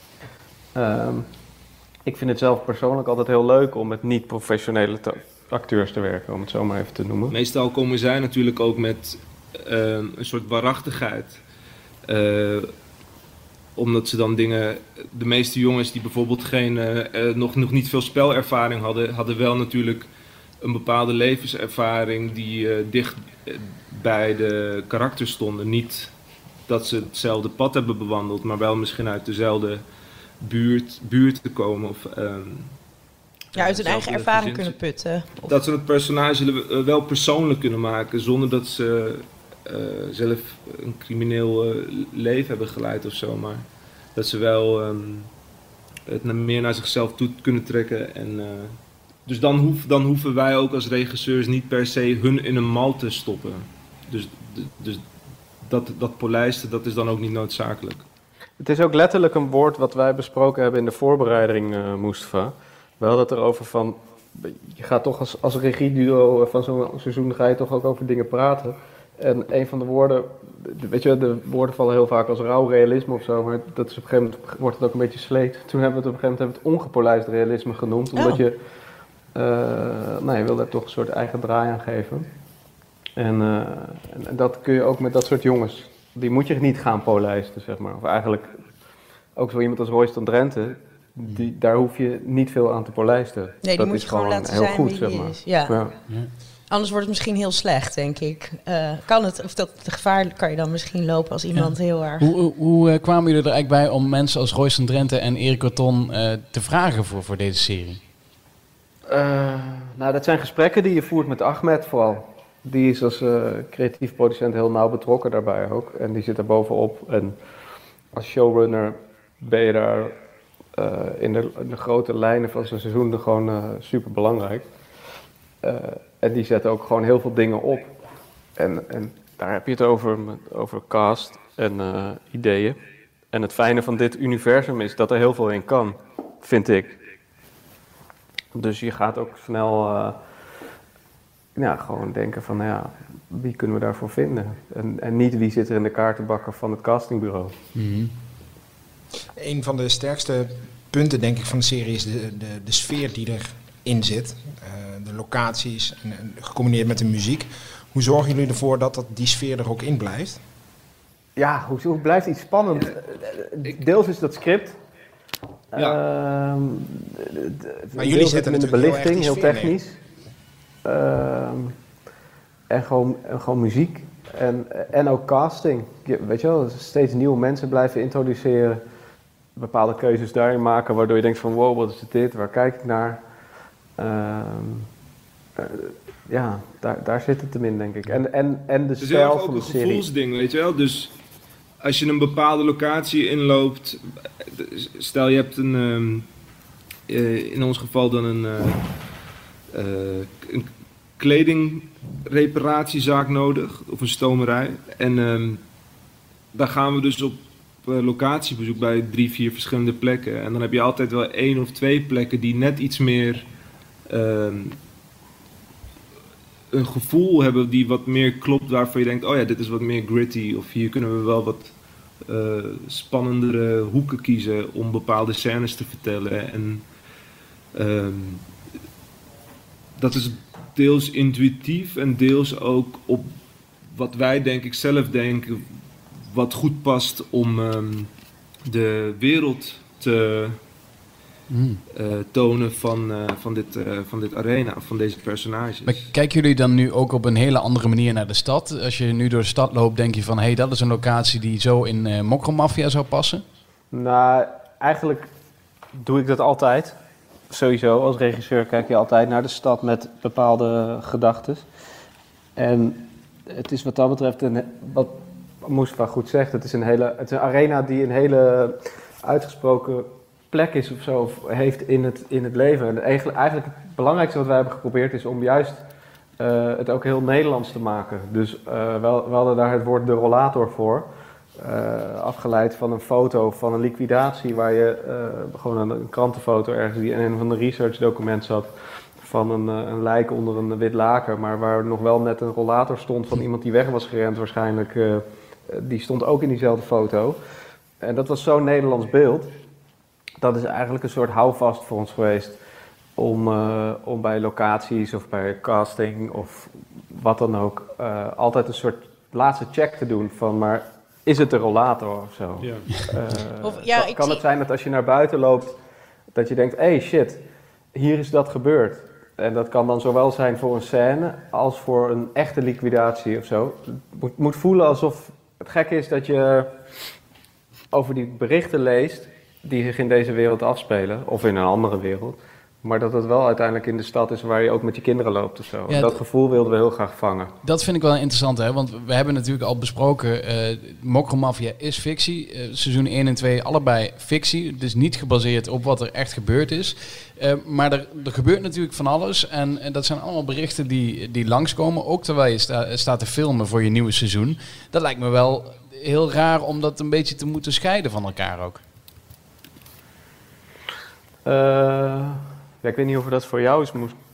Um, ik vind het zelf persoonlijk altijd heel leuk om met niet-professionele te- acteurs te werken, om het zo maar even te noemen. Meestal komen zij natuurlijk ook met uh, een soort waarachtigheid. Uh, omdat ze dan dingen... De meeste jongens die bijvoorbeeld geen, uh, uh, nog, nog niet veel spelervaring hadden, hadden wel natuurlijk een bepaalde levenservaring die uh, dicht bij de karakters stonden. Niet dat ze hetzelfde pad hebben bewandeld, maar wel misschien uit dezelfde buurt, buurt te komen. Of, um, ja, uit hun eigen ervaring kunnen putten. Of... Dat ze het personage wel persoonlijk kunnen maken, zonder dat ze uh, zelf een crimineel uh, leven hebben geleid of zo. Maar dat ze wel um, het meer naar zichzelf toe kunnen trekken. En, uh, dus dan, hoef, dan hoeven wij ook als regisseurs niet per se hun in een mal te stoppen. Dus, dus dat, dat polijsten, dat is dan ook niet noodzakelijk. Het is ook letterlijk een woord wat wij besproken hebben in de voorbereiding, uh, Mustafa. We hadden het erover van, je gaat toch als, als regieduo van zo'n seizoen, ga je toch ook over dingen praten. En een van de woorden, weet je, de woorden vallen heel vaak als rauw realisme of zo, maar dat is op een gegeven moment, wordt het ook een beetje sleet. Toen hebben we het op een gegeven moment hebben we het ongepolijst realisme genoemd, omdat oh. je, uh, nou, je wil daar toch een soort eigen draai aan geven. En, uh, en, en dat kun je ook met dat soort jongens, die moet je niet gaan polijsten, zeg maar. Of eigenlijk, ook zo iemand als Royston Drenthe, die, daar hoef je niet veel aan te polijsten. Nee, die dat moet is je gewoon laten heel zijn goed, wie zeg die maar. is. Ja. Ja. Ja. Anders wordt het misschien heel slecht, denk ik. Uh, kan het, of dat de gevaar kan je dan misschien lopen als iemand ja. heel erg... Hoe, hoe, hoe uh, kwamen jullie er eigenlijk bij om mensen als Royston Drenthe en Erik Corton uh, te vragen voor, voor deze serie? Uh, nou, dat zijn gesprekken die je voert met Ahmed vooral. Die is als uh, creatief producent heel nauw betrokken daarbij ook. En die zit er bovenop. En als showrunner ben je daar uh, in, de, in de grote lijnen van zijn seizoen gewoon uh, super belangrijk. Uh, en die zetten ook gewoon heel veel dingen op. En, en daar heb je het over, over cast en uh, ideeën. En het fijne van dit universum is dat er heel veel in kan, vind ik. Dus je gaat ook snel uh, ja, gewoon denken van, nou ja, wie kunnen we daarvoor vinden? En, en niet wie zit er in de kaartenbakken van het castingbureau. Mm-hmm. Een van de sterkste punten, denk ik, van de serie is de, de, de sfeer die erin zit. Uh, de locaties, en, en gecombineerd met de muziek. Hoe zorgen jullie ervoor dat, dat die sfeer er ook in blijft? Ja, hoe, hoe blijft iets spannend? Deels is dat script. Ja. Uh, maar jullie zetten in de belichting, heel, heel technisch. Uh, en, gewoon, en gewoon muziek. En, en ook casting. Je, weet je wel, steeds nieuwe mensen blijven introduceren. Bepaalde keuzes daarin maken, waardoor je denkt van wow, wat is dit? Waar kijk ik naar? Uh, uh, ja, daar, daar zit het hem in, denk ik. En, en, en de het stijl van de serie. Het is serie. ook een gevoelsding, weet je wel. Dus als je een bepaalde locatie inloopt, stel je hebt een, um, uh, in ons geval dan een, uh, uh, een kledingreparatiezaak nodig, of een stomerij. En um, daar gaan we dus op uh, locatiebezoek bij drie, vier verschillende plekken. En dan heb je altijd wel één of twee plekken die net iets meer um, een gevoel hebben die wat meer klopt, waarvan je denkt, oh ja, dit is wat meer gritty, of hier kunnen we wel wat uh, spannendere hoeken kiezen om bepaalde scènes te vertellen. En um, dat is deels intuïtief en deels ook op wat wij, denk ik, zelf denken wat goed past om um, de wereld te Mm. Uh, tonen van, uh, van, dit, uh, van dit arena, van deze personages. Maar kijken jullie dan nu ook op een hele andere manier naar de stad? Als je nu door de stad loopt, denk je van, hé, hey, dat is een locatie die zo in uh, Mokromafia zou passen? Nou, eigenlijk doe ik dat altijd. Sowieso, als regisseur kijk je altijd naar de stad met bepaalde gedachten. En het is wat dat betreft, een, wat Mustafa goed zegt, het is een hele, het is een arena die een hele uitgesproken plek is of zo, of heeft in het, in het leven. En eigenlijk, eigenlijk het belangrijkste wat wij hebben geprobeerd is om juist uh, het ook heel Nederlands te maken. Dus uh, we, we hadden daar het woord de rollator voor. Uh, afgeleid van een foto van een liquidatie waar je uh, gewoon een, een krantenfoto ergens die in een van de research document zat van een, uh, een lijk onder een wit laken, maar waar nog wel net een rollator stond van iemand die weg was gerend waarschijnlijk. Uh, die stond ook in diezelfde foto. En dat was zo'n Nederlands beeld. Dat is eigenlijk een soort houvast voor ons geweest om, uh, om bij locaties of bij casting of wat dan ook uh, altijd een soort laatste check te doen van maar is het een rollator of zo? Ja. Uh, of, ja, kan kan zie... het zijn dat als je naar buiten loopt dat je denkt, hé hey, shit, hier is dat gebeurd. En dat kan dan zowel zijn voor een scène als voor een echte liquidatie of zo. Het moet, moet voelen alsof het gek is dat je over die berichten leest die zich in deze wereld afspelen, of in een andere wereld, maar dat het wel uiteindelijk in de stad is waar je ook met je kinderen loopt of zo. Ja, dat d- gevoel wilden we heel graag vangen. Dat vind ik wel interessant, hè? Want we hebben natuurlijk al besproken, uh, Mokromafia is fictie. Uh, seizoen één en twee allebei fictie. Het is niet gebaseerd op wat er echt gebeurd is. Uh, maar er, er gebeurt natuurlijk van alles. En, en dat zijn allemaal berichten die, die langskomen, ook terwijl je sta, staat te filmen voor je nieuwe seizoen. Dat lijkt me wel heel raar om dat een beetje te moeten scheiden van elkaar ook. Uh, ja, ik weet niet of dat voor jou is,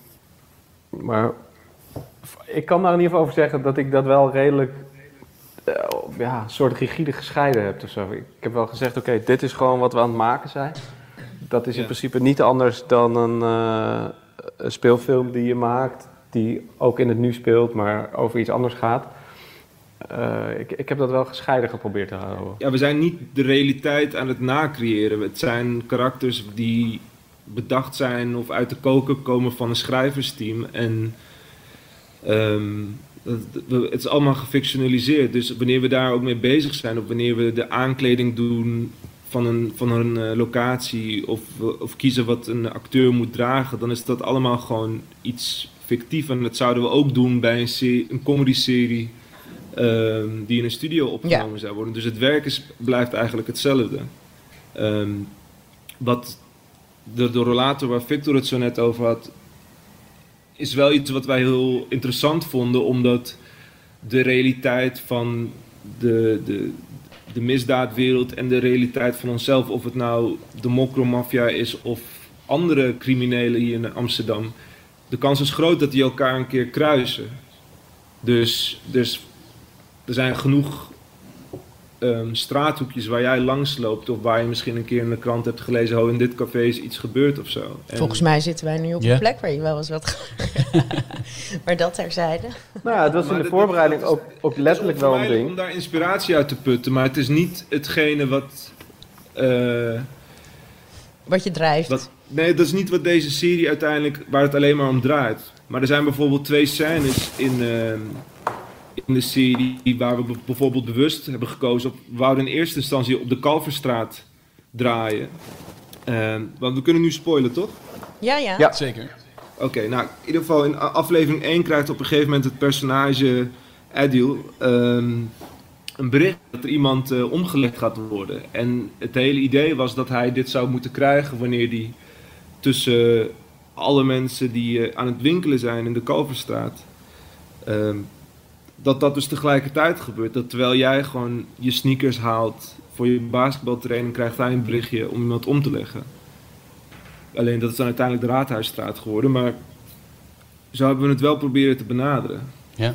maar ik kan daar in ieder geval over zeggen dat ik dat wel redelijk, uh, ja, een soort rigide gescheiden heb of zo. Ik heb wel gezegd, oké, okay, dit is gewoon wat we aan het maken zijn. Dat is in ja. principe niet anders dan een, uh, een speelfilm die je maakt, die ook in het nu speelt, maar over iets anders gaat. Uh, ik, ik heb dat wel gescheiden geprobeerd te houden. Ja, we zijn niet de realiteit aan het nacreëren. Het zijn karakters die bedacht zijn of uit de koker komen van een schrijversteam. En um, het is allemaal gefictionaliseerd. Dus wanneer we daar ook mee bezig zijn, of wanneer we de aankleding doen van een, van een uh, locatie, of, of kiezen wat een acteur moet dragen, dan is dat allemaal gewoon iets fictief. En dat zouden we ook doen bij een, serie, een comedy-serie Um, die in een studio opgenomen ja. zou worden. Dus het werk is, blijft eigenlijk hetzelfde. Um, wat de, de rollator waar Victor het zo net over had, is wel iets wat wij heel interessant vonden, omdat de realiteit van de, de, de misdaadwereld en de realiteit van onszelf, of het nou de Mokromafia is of andere criminelen hier in Amsterdam, de kans is groot dat die elkaar een keer kruisen. Dus, dus er zijn genoeg um, straathoekjes waar jij langs loopt, of waar je misschien een keer in de krant hebt gelezen, oh, in dit café is iets gebeurd of zo. En volgens mij zitten wij nu op yeah. een plek waar je wel eens wat maar dat terzijde. Nou ja, het was maar in de voorbereiding ook, ook letterlijk wel een ding. Om daar inspiratie uit te putten, maar het is niet hetgene wat Uh, wat je drijft. Wat, nee, dat is niet wat deze serie uiteindelijk, waar het alleen maar om draait. Maar er zijn bijvoorbeeld twee scènes in, uh, in de serie waar we bijvoorbeeld bewust hebben gekozen op, we wouden in eerste instantie op de Kalverstraat draaien. Uh, want we kunnen nu spoilen, toch? Ja, ja. Ja, zeker. Oké, okay, nou, in ieder geval in aflevering één krijgt op een gegeven moment het personage Adil um, een bericht dat er iemand uh, omgelegd gaat worden. En het hele idee was dat hij dit zou moeten krijgen wanneer hij tussen alle mensen die uh, aan het winkelen zijn in de Kalverstraat, um, dat dat dus tegelijkertijd gebeurt. Dat terwijl jij gewoon je sneakers haalt voor je basketbaltraining, krijgt hij een berichtje om iemand om te leggen. Alleen dat is dan uiteindelijk de Raadhuisstraat geworden, maar zo hebben we het wel proberen te benaderen. Ja.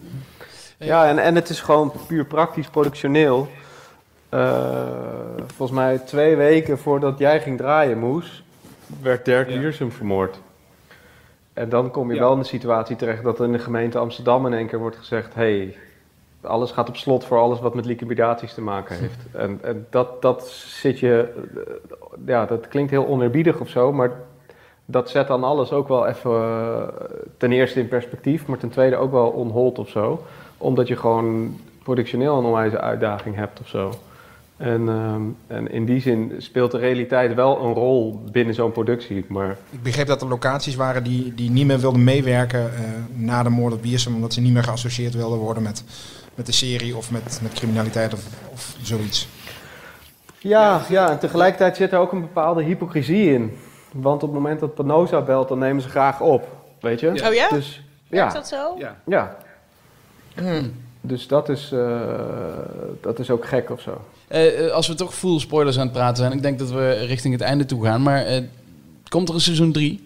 Ja, en, en het is gewoon puur praktisch productioneel. Uh, volgens mij twee weken voordat jij ging draaien, Moes, werd Dirk ja. Wiersum vermoord. En dan kom je ja. wel in de situatie terecht dat er in de gemeente Amsterdam in één keer wordt gezegd, hey, alles gaat op slot voor alles wat met liquidaties te maken heeft. En, en dat, dat zit je, ja, dat klinkt heel oneerbiedig of zo, maar dat zet dan alles ook wel even uh, ten eerste in perspectief, maar ten tweede ook wel on hold of zo. Omdat je gewoon productioneel een onwijze uitdaging hebt of zo. En, um, en in die zin speelt de realiteit wel een rol binnen zo'n productie. Maar ik begreep dat er locaties waren die, die niet meer wilden meewerken uh, na de moord op Wiersum, omdat ze niet meer geassocieerd wilden worden met, met de serie of met, met criminaliteit of, of zoiets. Ja, ja, en tegelijkertijd zit er ook een bepaalde hypocrisie in. Want op het moment dat Panosa belt, dan nemen ze graag op, weet je? Oh ja? Dus, Werkt dat zo? Ja. ja. Hmm. Dus dat is, uh, dat is ook gek of zo. Uh, als we toch full spoilers aan het praten zijn, ik denk dat we richting het einde toe gaan, maar uh, komt er een seizoen drie?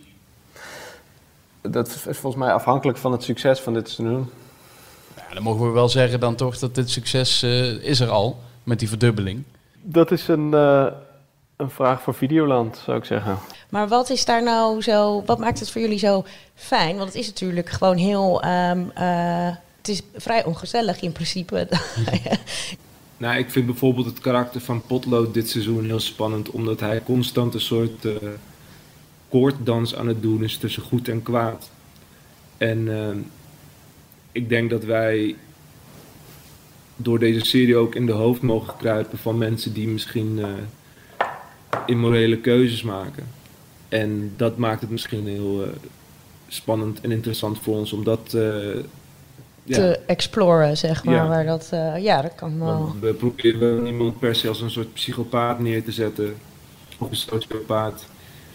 Dat is volgens mij afhankelijk van het succes van dit seizoen. Ja, dan mogen we wel zeggen dan toch dat dit succes uh, is er al, met die verdubbeling. Dat is een, uh, een vraag voor Videoland, zou ik zeggen. Maar wat is daar nou zo, wat maakt het voor jullie zo fijn? Want het is natuurlijk gewoon heel, um, uh, het is vrij ongezellig in principe. Nou, ik vind bijvoorbeeld het karakter van Potlood dit seizoen heel spannend, omdat hij constant een soort uh, koorddans aan het doen is tussen goed en kwaad. En uh, ik denk dat wij door deze serie ook in de hoofd mogen kruipen van mensen die misschien uh, immorele keuzes maken. En dat maakt het misschien heel uh, spannend en interessant voor ons, omdat uh, ja. te exploren, zeg maar. Ja, waar dat, uh, ja, dat kan wel. Want we proberen niemand per se als een soort psychopaat neer te zetten, of een sociopaat.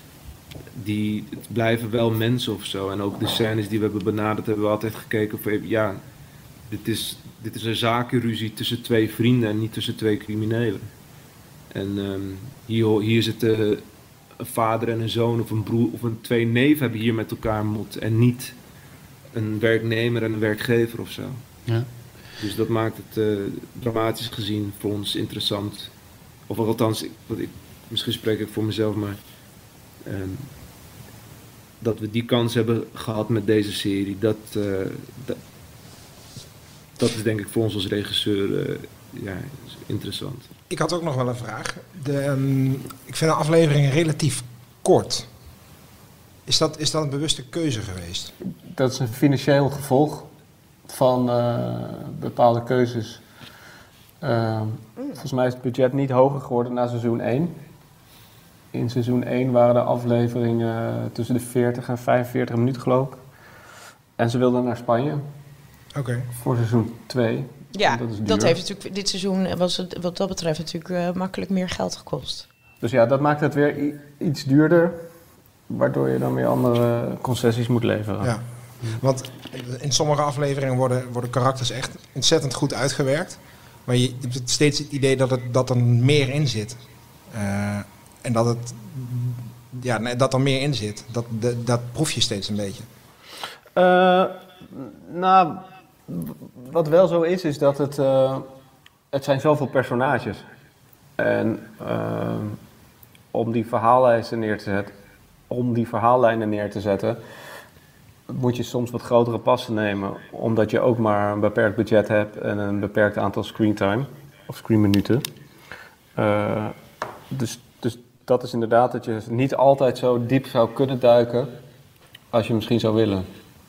Die het blijven wel mensen of zo. En ook de scènes die we hebben benaderd, hebben we altijd gekeken voor, ja, dit is, dit is een zakenruzie tussen twee vrienden en niet tussen twee criminelen. En um, hier, hier zitten een vader en een zoon of een broer of een twee neven hebben hier met elkaar mot en niet een werknemer en een werkgever of zo. Ja. Dus dat maakt het uh, dramatisch gezien voor ons interessant. Of althans, ik, ik, misschien spreek ik voor mezelf, maar um, dat we die kans hebben gehad met deze serie, dat, uh, dat, dat is denk ik voor ons als regisseur uh, ja, interessant. Ik had ook nog wel een vraag. De, um, ik vind de aflevering relatief kort. Is dat, is dat een bewuste keuze geweest? Dat is een financieel gevolg van uh, bepaalde keuzes. Uh, volgens mij is het budget niet hoger geworden na seizoen één. In seizoen één waren de afleveringen tussen de veertig en vijfenveertig minuten, geloof ik. En ze wilden naar Spanje. Oké. Okay. Voor seizoen twee. Ja, dat, dat heeft natuurlijk dit seizoen, was het, wat dat betreft, natuurlijk uh, makkelijk meer geld gekost. Dus ja, dat maakt het weer i- iets duurder, waardoor je dan weer andere concessies moet leveren. Ja, want in sommige afleveringen worden, worden karakters echt ontzettend goed uitgewerkt. Maar je hebt steeds het idee dat, het, dat er meer in zit. Uh, en dat, het, ja, dat er meer in zit. Dat, de, dat proef je steeds een beetje. Uh, nou, wat wel zo is, is dat het... Uh, het zijn zoveel personages. En uh, om die verhaallijnen neer te zetten... Om die verhaallijnen neer te zetten... moet je soms wat grotere passen nemen. Omdat je ook maar een beperkt budget hebt... en een beperkt aantal screentime. Of screenminuten. Uh, dus... dus dat is inderdaad dat je niet altijd zo diep zou kunnen duiken als je misschien zou willen.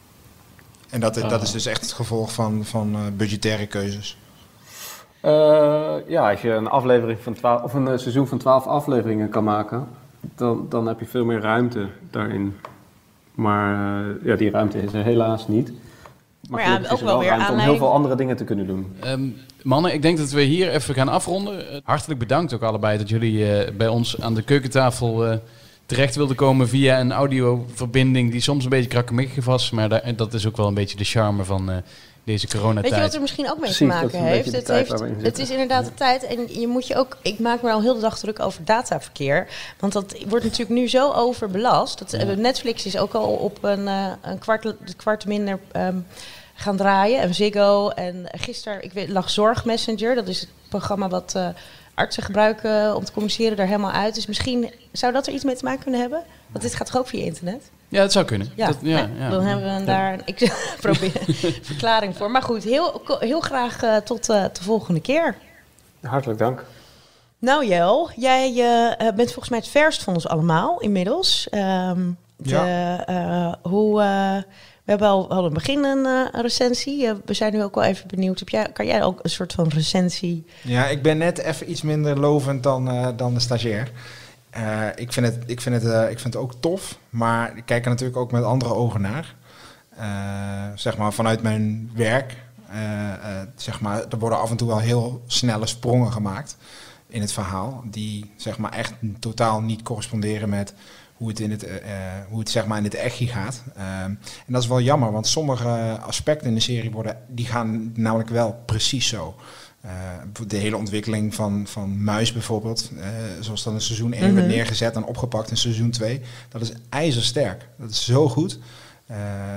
En dat, dat is dus echt het gevolg van, van uh, budgettaire keuzes? Uh, ja, als je een aflevering van twaalf of een uh, seizoen van twaalf afleveringen kan maken, dan, dan heb je veel meer ruimte daarin. Maar uh, ja, die ruimte is er helaas niet. Maar, maar ja, ook wel weer ruimte om heel veel andere dingen te kunnen doen. Um, mannen, ik denk dat we hier even gaan afronden. Uh, hartelijk bedankt ook allebei dat jullie uh, bij ons aan de keukentafel uh, terecht wilden komen via een audioverbinding die soms een beetje krakkemikkig was. Maar da- dat is ook wel een beetje de charme van uh, deze coronatijd. Weet je wat er misschien ook mee Precies, te maken heeft? Het, heeft het is inderdaad de tijd en je moet je ook... Ik maak me al heel de dag druk over dataverkeer. Want dat wordt natuurlijk nu zo overbelast. Dat, ja. Netflix is ook al op een, uh, een kwart, kwart minder... Um, gaan draaien. En Ziggo. En gisteren, ik weet, lag Zorgmessenger. Dat is het programma wat uh, artsen gebruiken om te communiceren, daar helemaal uit. Dus misschien zou dat er iets mee te maken kunnen hebben? Want dit gaat toch ook via internet? Ja, dat zou kunnen. Ja, dat, ja, ja, ja. Dan hebben we daar een ik probeer een verklaring voor. Maar goed, heel, heel graag uh, tot uh, de volgende keer. Hartelijk dank. Nou Jel, jij uh, bent volgens mij het verst van ons allemaal inmiddels. Um, de, ja. uh, hoe... Uh, We hebben al hadden begin een uh, recensie. Uh, we zijn nu ook wel even benieuwd. Heb jij, kan jij ook een soort van recensie? Ja, ik ben net even iets minder lovend dan, uh, dan de stagiair. Uh, ik, vind het, ik, vind het, uh, ik vind het ook tof, maar ik kijk er natuurlijk ook met andere ogen naar. Uh, zeg maar vanuit mijn werk. Uh, uh, zeg maar, er worden af en toe wel heel snelle sprongen gemaakt in het verhaal. Die zeg maar echt totaal niet corresponderen met hoe het in het, uh, hoe het zeg maar in het echtje gaat. Uh, en dat is wel jammer, want sommige aspecten in de serie worden, die gaan namelijk wel precies zo. Uh, de hele ontwikkeling van, van Muis bijvoorbeeld, uh, zoals dat in seizoen één mm-hmm. werd neergezet en opgepakt in seizoen twee, dat is ijzersterk. Dat is zo goed. Uh,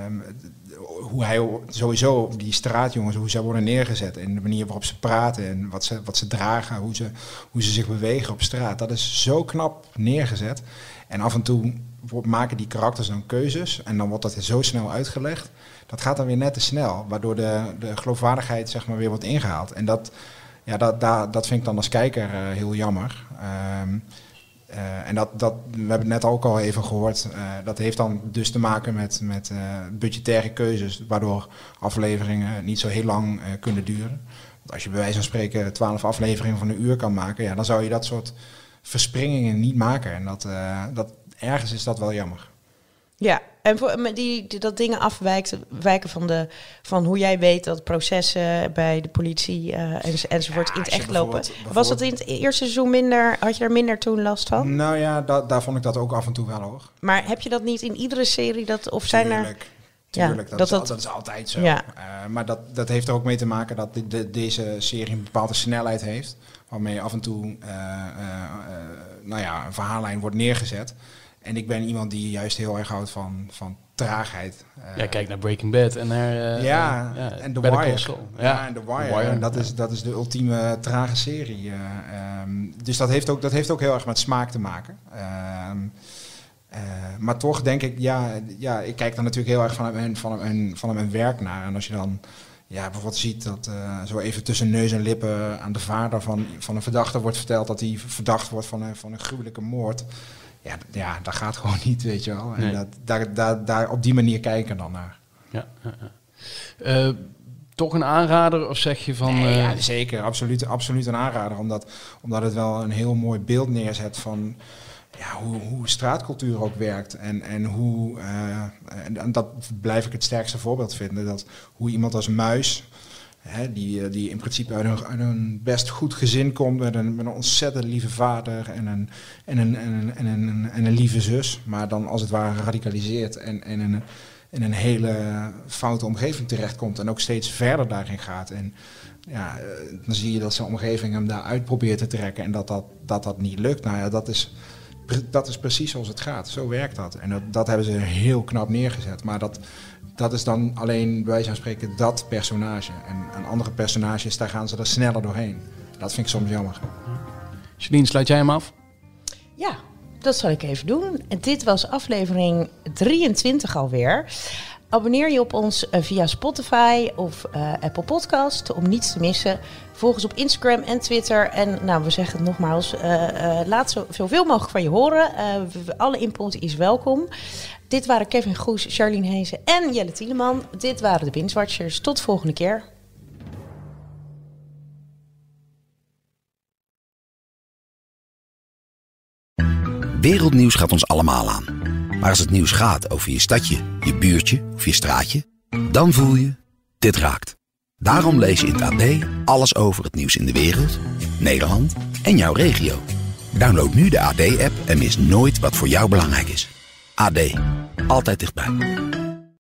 hoe hij sowieso, die straatjongens, hoe ze worden neergezet en de manier waarop ze praten en wat ze, wat ze dragen, hoe ze, hoe ze zich bewegen op straat, dat is zo knap neergezet. En af en toe maken die karakters dan keuzes en dan wordt dat zo snel uitgelegd. Dat gaat dan weer net te snel, waardoor de, de geloofwaardigheid zeg maar weer wordt ingehaald. En dat, ja, dat, dat, dat vind ik dan als kijker uh, heel jammer. Um, uh, en dat, dat, we hebben het net ook al even gehoord, uh, dat heeft dan dus te maken met, met uh, budgettaire keuzes, waardoor afleveringen niet zo heel lang uh, kunnen duren. Want als je bij wijze van spreken twaalf afleveringen van een uur kan maken, ja, dan zou je dat soort verspringingen niet maken. En dat, uh, dat, ergens is dat wel jammer. Ja, en voor, die, die, dat dingen afwijken wijken van, de, van hoe jij weet dat processen bij de politie uh, en, enzovoort ja, in het echt lopen. Bijvoorbeeld... Was dat in het eerste seizoen minder, had je er minder toen last van? Nou ja, da, daar vond ik dat ook af en toe wel hoor. Maar heb je dat niet in iedere serie? Dat, of zijn Tuurlijk. er... Tuurlijk, ja, dat, dat, is, dat is altijd zo. Ja. Uh, maar dat, dat heeft er ook mee te maken dat de, de, deze serie een bepaalde snelheid heeft. Waarmee af en toe uh, uh, uh, nou ja, een verhaallijn wordt neergezet. En ik ben iemand die juist heel erg houdt van, van traagheid. Uh, ja, kijk naar Breaking Bad en naar... Uh, ja, uh, en The Wire. Ja, ja, en The Wire. The Wire. Dat, is, dat is de ultieme trage serie. Uh, um, dus dat heeft, ook, dat heeft ook heel erg met smaak te maken. Um, uh, maar toch denk ik, ja, ja, ik kijk dan natuurlijk heel erg vanuit mijn, vanuit mijn, vanuit mijn werk naar. En als je dan... Ja, bijvoorbeeld ziet dat uh, zo even tussen neus en lippen aan de vader van, van een verdachte wordt verteld dat hij verdacht wordt van een, van een gruwelijke moord. Ja, ja, dat gaat gewoon niet, weet je wel. En nee. dat, daar, daar, daar op die manier kijken dan naar. Ja, ja, ja. Uh, toch een aanrader of zeg je van... Nee, uh... ja, zeker, absoluut, absoluut een aanrader. Omdat, omdat het wel een heel mooi beeld neerzet van... Ja, hoe, hoe straatcultuur ook werkt en, en hoe, uh, en, en dat blijf ik het sterkste voorbeeld vinden, dat hoe iemand als Muis, hè, die, die in principe uit een, uit een best goed gezin komt, met een, met een ontzettend lieve vader en een, en, een, en, een, en, een, en een lieve zus, maar dan als het ware radicaliseert en, en in, een, in een hele foute omgeving terechtkomt en ook steeds verder daarin gaat. En ja, dan zie je dat zijn omgeving hem daaruit probeert te trekken en dat dat, dat, dat niet lukt. Nou ja, dat is... Dat is precies zoals het gaat. Zo werkt dat. En dat, dat hebben ze heel knap neergezet. Maar dat, dat is dan alleen, bij wijze van spreken, dat personage. En, en andere personages, daar gaan ze er sneller doorheen. Dat vind ik soms jammer. Janine, sluit jij hem af? Ja, dat zal ik even doen. En dit was aflevering drieëntwintig alweer. Abonneer je op ons via Spotify of uh, Apple Podcast om niets te missen. Volg ons op Instagram en Twitter. En nou, we zeggen het nogmaals, uh, uh, laat zo, zoveel mogelijk van je horen. Uh, alle input is welkom. Dit waren Kevin Goes, Charlene Hezen en Jelle Tieleman. Dit waren de Binge Watchers. Tot de volgende keer. Wereldnieuws gaat ons allemaal aan. Maar als het nieuws gaat over je stadje, je buurtje of je straatje, dan voel je, dit raakt. Daarom lees je in het A D alles over het nieuws in de wereld, Nederland en jouw regio. Download nu de A D-app en mis nooit wat voor jou belangrijk is. A D, altijd dichtbij.